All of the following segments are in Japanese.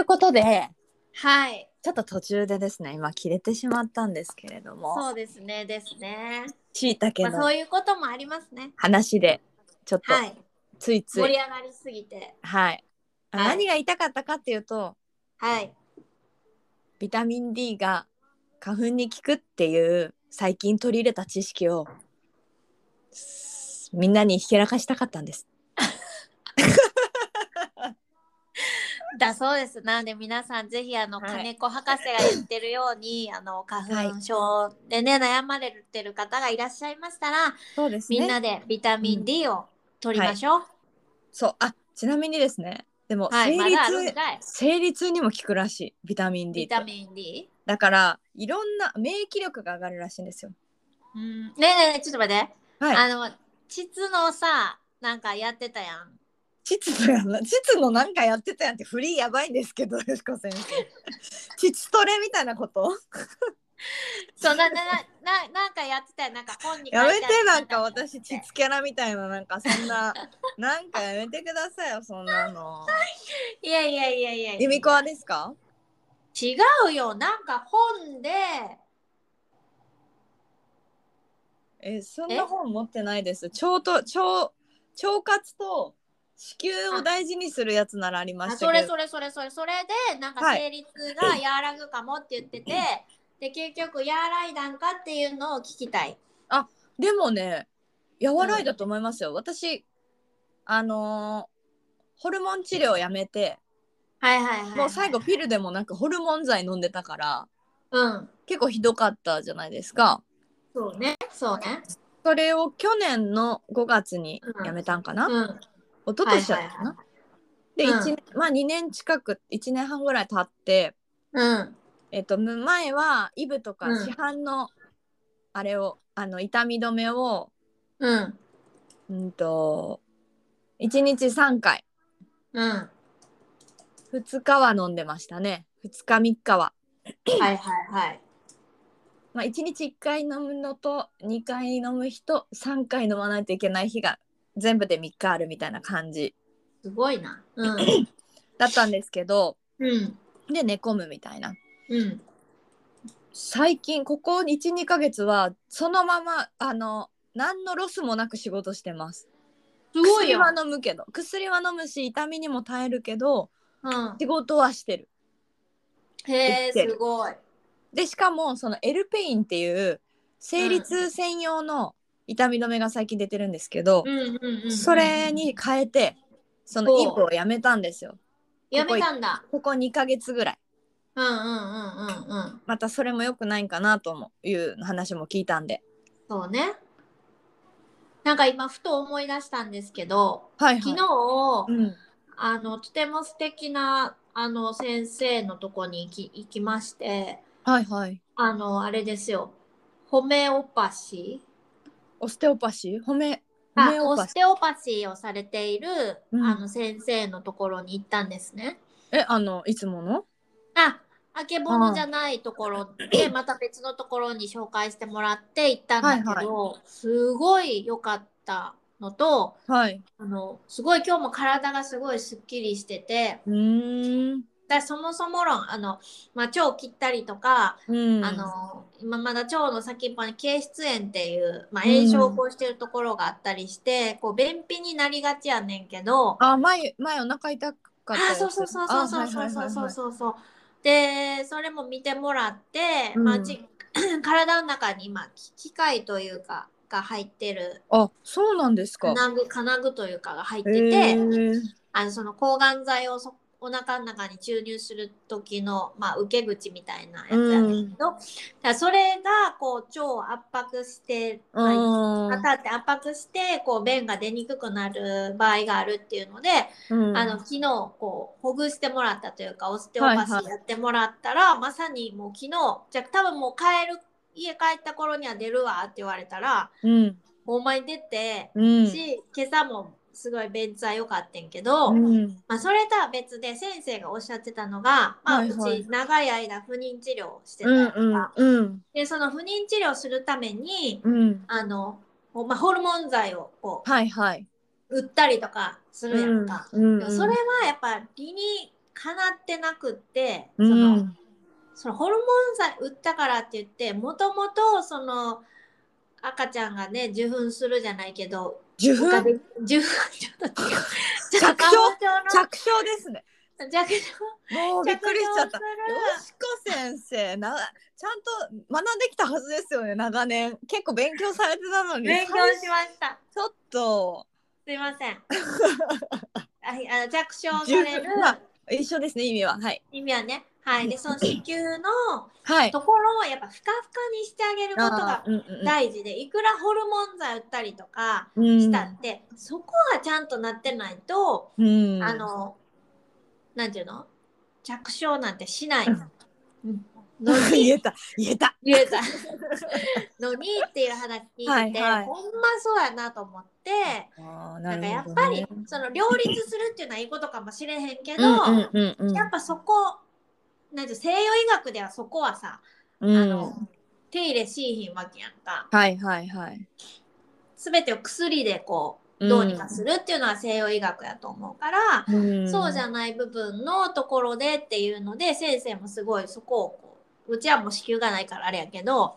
いうことで、 はい。 ちょっと途中でですね、今切れてしまったんですけれども、 そうですねですね。 しいたけのそういうこともありますね。 話でちょっとはい。 ついつい、 盛り上がりすぎて。 はい、 はい何が言いたかったかっていうと、 はい。 ビタミン D が花粉に効くっていう最近取り入れた知識をみんなにひけらかしたかったんです。 だそうです。なので皆さんぜひはい金子博士が言ってるように花粉症でね、悩まれてる方がいらっしゃいましたら、 そうですね。 みんなでビタミン D を取りましょう。 そう、ちなみにですね、でもはい。まだあるんかい。 生理痛にも効くらしい、ビタミン D って。 ビタミン D。 だからいろんな免疫力が上がるらしいんですよ。 ねえねえねえ、ちょっと待って。 はい。 膣のさ、なんかやってたやん。 膣のなんかやってたやんってフリーやばいんですけど、よしこ先生。膣トレみたいなこと？ そうなんかやってたよ。なんか本に書やめて、 いてある。 なんか私膣キャラみたいな、なんかそんな、なんかやめてくださいよ、そんなの。 いやいやいやいやいや。 由美子はですか？ 違うよ。なんか本で、 そんな本持ってないです。腸活と子宮を大事にするやつならありましたけど。 それで、なんかはい。 生理痛が和らぐかもって言ってて、で、結局和らいだんかっていうのを聞きたい。 でもね、和らいだと思いますよ。私、ホルモン治療をやめて、 はいはいはい、はい。 もう最後ピルでもなくホルモン剤飲んでたから、 うん。 結構ひどかったじゃないですか。 そうね。そうね。 それを去年の5月にやめたんかな、 うん。 一昨はい年だったかな。 はいはい。 で、 うん。 2年近く、1年半ぐらい経って、 うん。 前はイブとか市うん。 販のあれを、痛み止めを、 うん。 1日3回、 うん。 2日は飲んでましたね。2日3日は。 はいはいはい。 1日1回飲むのと2回飲む日と3回飲まないといけない日が全部で3日あるみたいな感じすごいな。うん。 だったんですけど、 うん。 で寝込むみたいな。 うん。 最近ここ 1,2 ヶ月はそのまま何のロスもなく仕事してます。 すごい薬はよ。 飲むけど、薬は飲むし痛みにも耐えるけど、 うん。 仕事はしてる。 へえ、 生きてる。 すごい。 でしかもそのエルペインっていう生理痛専用の痛み止めが最近出てるんですけど、 うんうんうんうん。 それに変えてそのイブをやめたんですよ。 やめたんだ。 ここ2ヶ月ぐらい。 うんうんうんうんうん。 またそれも良くないんかなという話も聞いたんで。 そうね。なんか今ふと思い出したんですけど、昨はいはい。 日、 うん。 とても素敵な、先生のとこに行きまして、 はいはい。 あれですよ。ホメオパシオステオパシー、ホー、 メオパシオステオパシーをされている、 ー。うん。 先生のところに行ったんですね。 いつもの？ あけぼのじゃないところで、また別のところに紹介してもらって行ったんだけはいはいど、すごい良かったのと、 はい。 すごい今日も体がすごいすっきりしてて、 うーん。 そもそも論、腸を切ったりとか、 うん。 今まだ腸の先っぽに憩室炎っていう、 う炎症を起ん。 こしてるところがあったりして、こう、便秘になりがちやねんけど、 前お腹痛かったやつ。 そうそうそうそうそうはいそうそうそうはいはいはい。 そうそう。で、それも見てもらって、 うん。 体の中に今、機械というか、が入ってる、 そうなんですか。 金具というかが入っへてて、 え。 その抗がん剤をお腹の中に注入する時の、受け口みたいなうやつやねんけん。 ど、だからそれが、こう、腸を圧迫して、 うん。 当たって圧迫して、こう、便が出にくくなる場合があるっていうので、 うん。 昨日、こう、ほぐしてもらったというか、オステオパシはいはい。 ーやってもらったら、まさにもう昨日、じゃあ多分もう家帰った頃には出るわって言われたら、 うん。 ほんまに出て、 うん。 今朝もすごい便通は良かったんけうど、 ん。 それとは別で先生がおっしゃってたのが、うはいはい。 ち長い間不妊治療をしてたうんやんうんか。 うん。 で、その不妊治療するために、 うん。 ホルモン剤をこはいはい。 う、打ったりとかするやんうんか。 うんでもそれうん。 はやっぱ理にかなってなくって、 うんそのホルモン剤打ったからって言って、もともとその赤ちゃんがね、受粉するじゃないけど、 受粉なんかで受粉ちょっと違う。ちょっと着床花粉症の着床ですね。 弱小もうびっくりしちゃった。よすしこ先生ちゃんと学んできたはずですよね、長年。結構勉強されてたのに。 勉強しました。 ちょっと。 すいません。弱小される。 まあ、一緒ですね、意味は。はい。 意味はね。はい。で、その子宮のはい。 ところをやっぱふかふかにしてあげることが大事で、いくらホルモン剤打ったりとかしたって、そこがちゃんとなってないと、なんていうの？着床なんてしない。のに言えたのにっていう話聞いてて、ほんまそうやなと思って、なんかやっぱりその両立するっていうのはいいことかもしれへんけど、やっぱそこなんて西洋医学ではそこはさ、手入れしいひんわけやんか。全てを薬でこうどうにかするっていうのは西洋医学やと思うから、そうじゃない部分のところでっていうので、先生もすごいそこをこう、うちはもう子宮がないからあれやけど、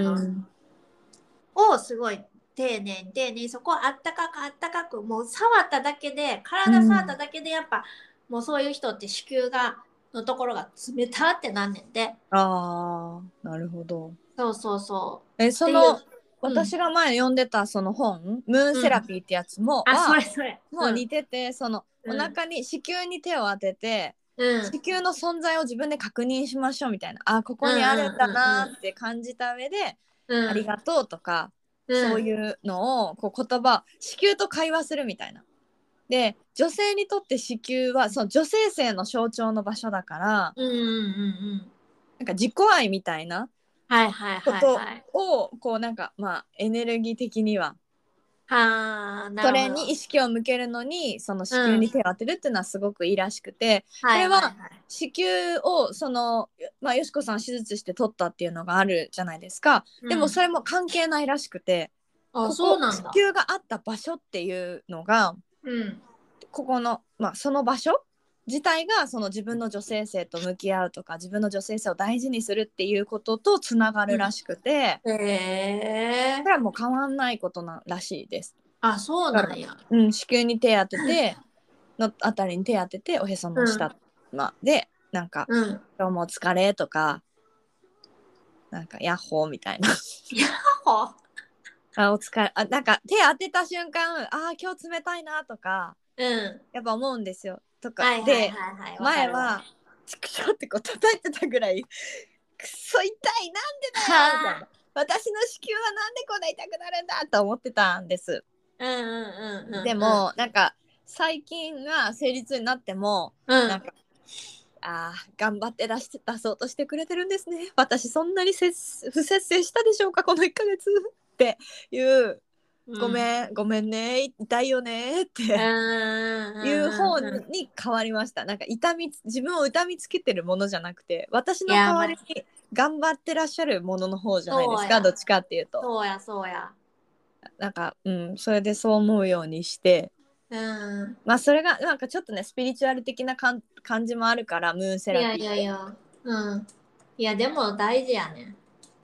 をすごい丁寧にそこをあったかくもう触っただけで、体触っただけでやっぱ、もうそういう人って子宮のところが冷たってなんねんで。 ああ、なるほど。 そう。 その私が前読んでたその本、ムーンセラピーってやつも、 それもう似てて、そのお腹に子宮に手を当てて、子宮の存在を自分で確認しましょうみたいな、ここにあるんだなって感じた上で、ありがとうとか、そういうのをこう子宮と会話するみたいな。で、女性にとって子宮はその女性性の象徴の場所だから、なんか自己愛みたいなことをこうなんかエネルギー的にはそれに意識を向けるのにその子宮に手を当てるっていうのはすごくいいらしくて、これは子宮をそのよしこさん手術して取ったっていうのがあるじゃないですか。でもそれも関係ないらしくて、ここ子宮があった場所っていうのが、ここのその場所自体がその自分の女性性と向き合うとか、自分の女性性を大事にするっていうこととつながるらしくて、これはもう変わんないことらしいです。 そうなんや。 子宮に手当ててのあたりに手当てて、おへその下、でなんか、今日もお疲れとか、なんかヤッホーみたいなヤッホーお疲れ、なんか手当てた瞬間、今日冷たいなとか、やっぱ思うんですよ。とかで、前はチクショってこう叩いてたぐらい、くそ痛い、なんでだよみたいな、私の子宮はなんでこんな痛くなるんだと思ってたんです。でもなんか最近は生理痛になっても、なんか頑張って出そうとしてくれてるんですね。私そんなに不節制したでしょうかこの1ヶ月っていう、ごめんね痛いよねっていう方に変わりました。なんか自分を痛みつけてるものじゃなくて、私の代わりに頑張ってらっしゃるものの方じゃないですか、どっちかっていうと。 そうやなんかそれでそう思うようにして、それがなんかちょっとねスピリチュアル的な感じもあるから、ムーンセラピーって。 いやでも大事やね。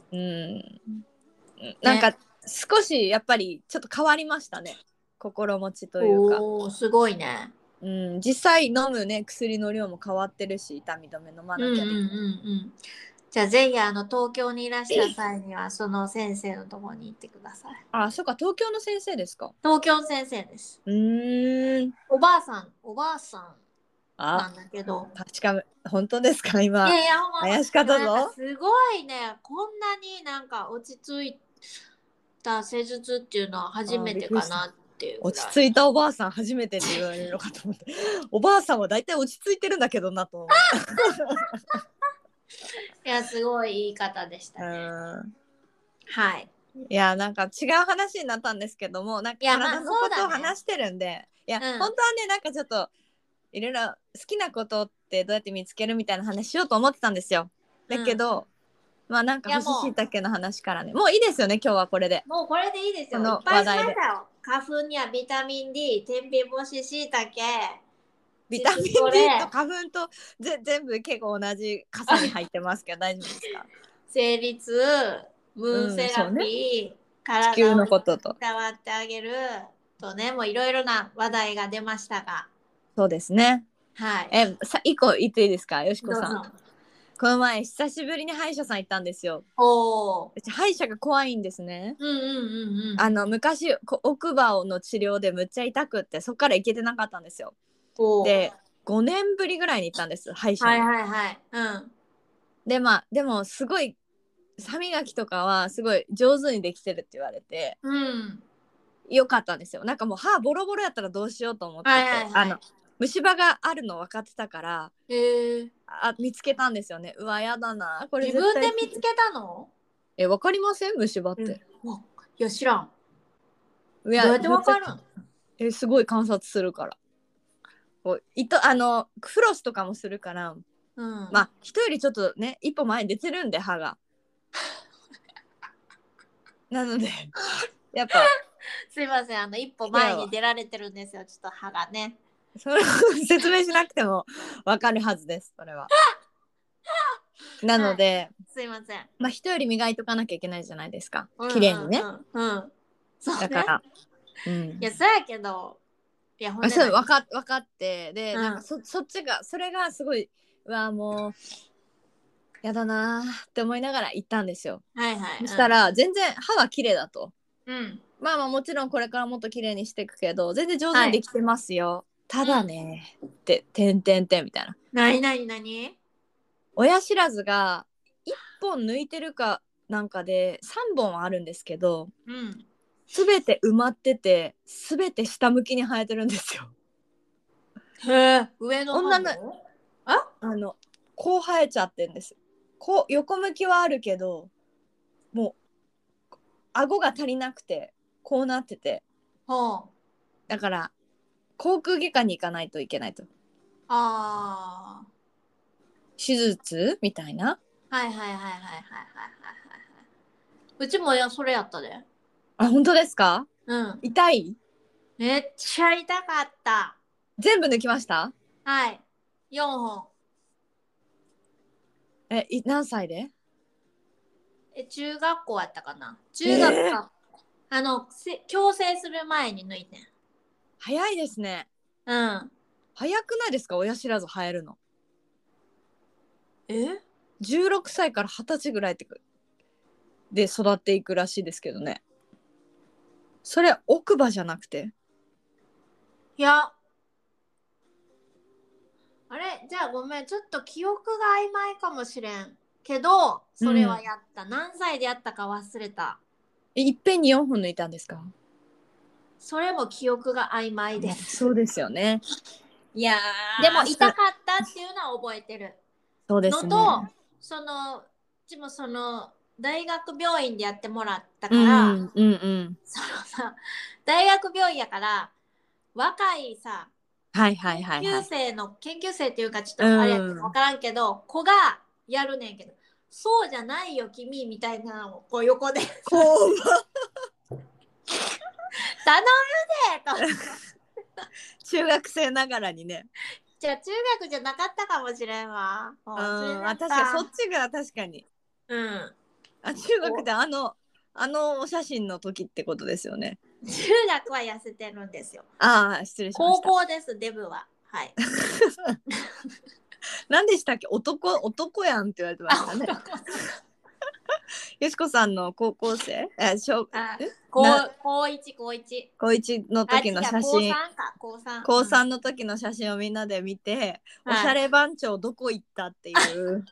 なんか少しやっぱりちょっと変わりましたね、心持ちというか。 すごいね。 実際飲むね薬の量も変わってるし、痛み止め飲まなきゃできない。 じゃあぜひ東京にいらした際にはその先生のところに行ってください。 そうか、東京の先生ですか。 東京の先生です。おばあさんなんだけど。 確か本当ですか。今怪しかったぞ。 すごいね、こんなになんか落ち着いた施術っていうのは初めてかなっていうぐらい。 落ち着いたおばあさん初めてって言われるのかと思っておばあさんはだいたい落ち着いてるんだけどなと思っていやすごいいい方でしたね。はい。 いやなんか違う話になったんですけども、なんか体のことを話してるんで、本当はねなんかちょっといろいろ好きなことってどうやって見つけるみたいな話しようと思ってたんですよ。だけど、なんか干し椎茸の話からね、もういいですよね、今日はこれで。 もうこれでいいですよ。いっぱいしましたよ。花粉にはビタミン D、天日干し椎茸、 ビタミン D と花粉と全部結構同じ傘に入ってますけど大丈夫ですか？ 生理痛、ムーンセラピー、 地球のことと伝わってあげるとね、もういろいろな話題が出ましたが。 そうですね。 はい。 一個言っていいですか、よしこさん。 どうぞ。 この前久しぶりに歯医者さん行ったんですよ。うち歯医者が怖いんですね。昔奥歯の治療でむっちゃ痛くってそっから行けてなかったんですよ。で5年ぶりぐらいに行ったんです歯医者に。ででもすごい歯磨きとかはすごい上手にできてるって言われて、よかったんですよ。なんかもう歯ボロボロやったらどうしようと思ってて、虫歯があるの分かってたから、見つけたんですよね。うわやだなこれ自分で見つけたの？ 分かりません虫歯って。 いや知らん。 どうやって分かるん？すごい観察するから。フロスとかもするから、まあ人よりちょっとね一歩前に出てるんで歯がなのでやっぱすいません一歩前に出られてるんですよ、ちょっと歯がね。 それを説明しなくても分かるはずですそれは。なので、 すいません。 まあ人より磨いとかなきゃいけないじゃないですか、綺麗にね。 そうね。 だから、 いやそうやけど、いやほんで分かってで、なんかそっちがそれがすごいうわもうやだなって思いながら行ったんですよ。そしたら全然歯は綺麗だと。まあもちろんこれからもっと綺麗にしていくけど全然上手にできてますよ、ただね、っててんてんてんみたいな。 何親知らずが1本抜いてるかなんかで3本あるんですけど、全て埋まってて全て下向きに生えてるんですよ。 上の歯のこう生えちゃってんです。こう横向きはあるけどもう顎が足りなくてこうなってて、だから口腔外科に行かないといけないと。手術みたいな。 うちもそれやったで。 本当ですか？痛い？ めっちゃ痛かった。 全部抜きました？ はい、4本。 何歳で？ 中学校やったかな。中学か、矯正する前に抜いてん。 早いですね。早くないですか親知らず生えるの。16歳から20歳ぐらいで育っていくらしいですけどね。それ奥歯じゃなくて？ いやあれじゃあごめん、ちょっと記憶が曖昧かもしれんけどそれはやった、何歳でやったか忘れた。 いっぺんに4本抜いたんですか？ それも記憶が曖昧です。 そうですよね。いやでも痛かったっていうのは覚えてる。 そうですね。 のとうちも大学病院でやってもらったから、大学病院やから若いさ、研究生っていうかちょっとあれ分からんけど、子がやるねんけど、そうじゃないよ君みたいなのをこう横で頼むでと中学生ながらにね。 じゃあ中学じゃなかったかもしれんわ。 確かにそっちが確かに。中学でお写真の時ってことですよね。 中学は痩せてるんですよ。 失礼しました。 高校ですデブは。はい何でしたっけ、男やんって言われてましたね。よしこさんの高校生高1 の時の写真、高3の時の写真をみんなで見て、おしゃれ番長どこ行ったっていう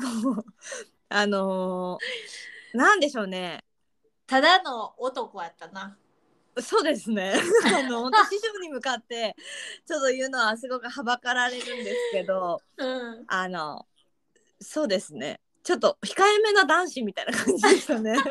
なんでしょうね、 ただの男やったな。 そうですね。本当師匠に向かってちょっと言うのはすごくはばかられるんですけど、そうですね、ちょっと控えめな男子みたいな感じでしたね。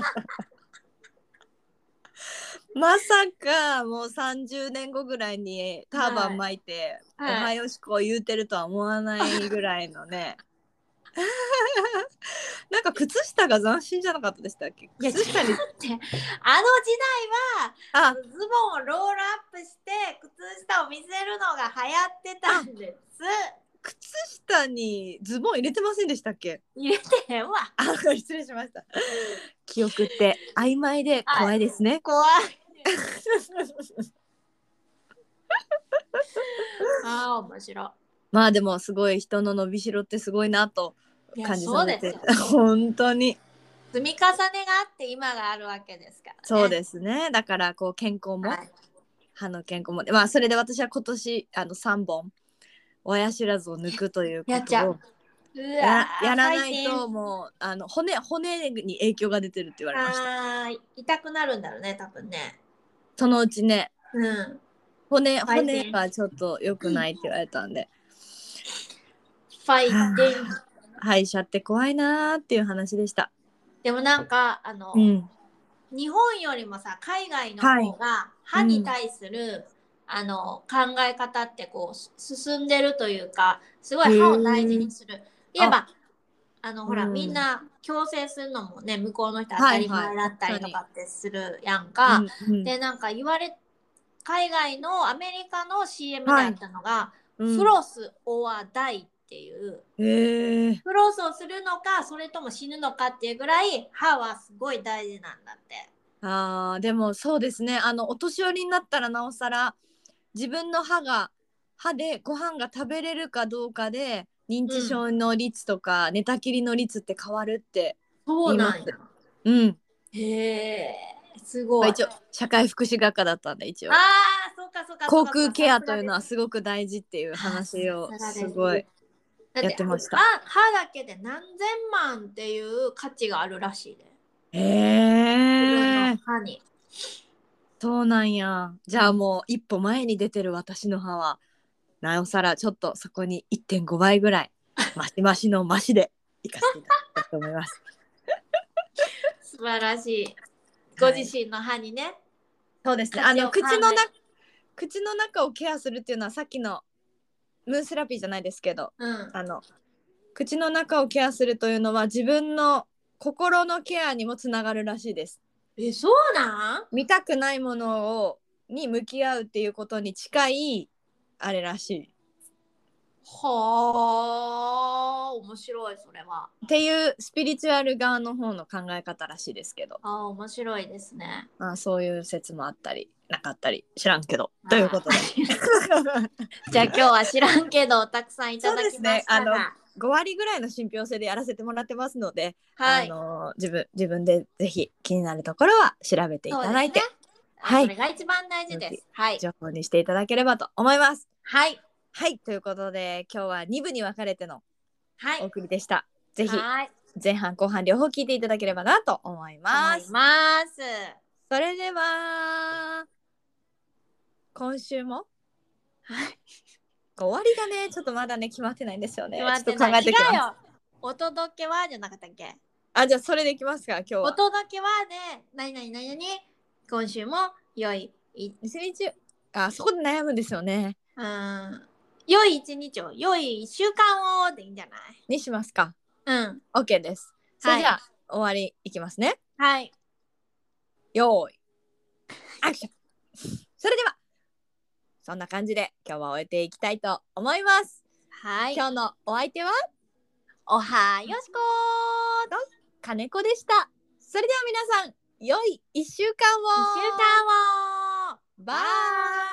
まさかもう30年後ぐらいにターバン巻いて、おはよしこ言うてるとは思わないぐらいのねなんか靴下が斬新じゃなかったでしたっけ？ いや靴下に違うってあの時代はズボンをロールアップして靴下を見せるのが流行ってたんです。 靴下にズボン入れてませんでしたっけ？ 入れてへんわ。 失礼しました。記憶って曖昧で怖いですね。 怖い。面白い。 まあでもすごい人の伸びしろってすごいなと感じさせて、本当に積み重ねがあって今があるわけですからね。 そうですね。だからこう健康も、歯の健康もまあそれで私は今年3本親知らずを抜くということをやらないともう骨に影響が出てるって言われました。 痛くなるんだろうね多分ね。 そのうちね、骨がちょっと良くないって言われたんで、歯医者って怖いなーっていう話でした。 でもなんか日本よりもさ海外の方が歯に対する、考え方ってこう進んでるというかすごい歯を大事にする。言えばほらみんな矯正するのもね向こうの人当たり前だったりとかってするやんか。でなんか海外のアメリカの CM であったのが、フロス・オア・ダイっていう、フロスをするのかそれとも死ぬのかっていうぐらい歯はすごい大事なんだって。 でもそうですね。お年寄りになったらなおさら自分の歯でご飯が食べれるかどうかで認知症の率とか、寝たきりの率って変わるって言います。 へえすごい。 一応社会福祉学科だったんで一応そうか口腔ケアというのはすごく大事っていう話をすごいやってました。 歯だけで何千万っていう価値があるらしいで。歯に。 そうなんや。じゃあもう一歩前に出てる私の歯はなおさらちょっとそこに 1.5 倍ぐらいマシマシのマシでいかせていただきたいと思います。 素晴らしい。ご自身の歯にね。 そうですね。口の中をケアするっていうのはさっきのムーンセラピーじゃないですけど、口の中をケアするというのは自分の心のケアにもつながるらしいです。 そうなん？ 見たくないものに向き合うっていうことに近いあれらしい。 面白いそれは。 っていうスピリチュアル側の方の考え方らしいですけど。 面白いですね。 そういう説もあったりなかったり知らんけどということで。 じゃあ今日は知らんけどたくさんいただきましたが。 5割ぐらいの信憑性でやらせてもらってますので、自分でぜひ気になるところは調べていただいて、 それが一番大事です。 情報にしていただければと思います。 はい、 ということで今日は2部に分かれてのお送りでした。ぜひ前半後半両方聞いていただければなと思います。それでは今週も終わりだね。ちょっとまだね決まってないんですよね。ちょっと考えてきます。違うよ。 お届けはじゃなかったっけ？ じゃあそれでいきますか今日は。 お届けはで何今週も良い一日そこで悩むんですよね。 良い一日を良い一週間をでいいんじゃないにしますか。OK です。それじゃあ、終わりいきますね。よーいアクション。それではそんな感じで今日は終えていきたいと思います。今日のお相手はおはよしこと金子でした。それでは皆さん良い1週間を。 バイ。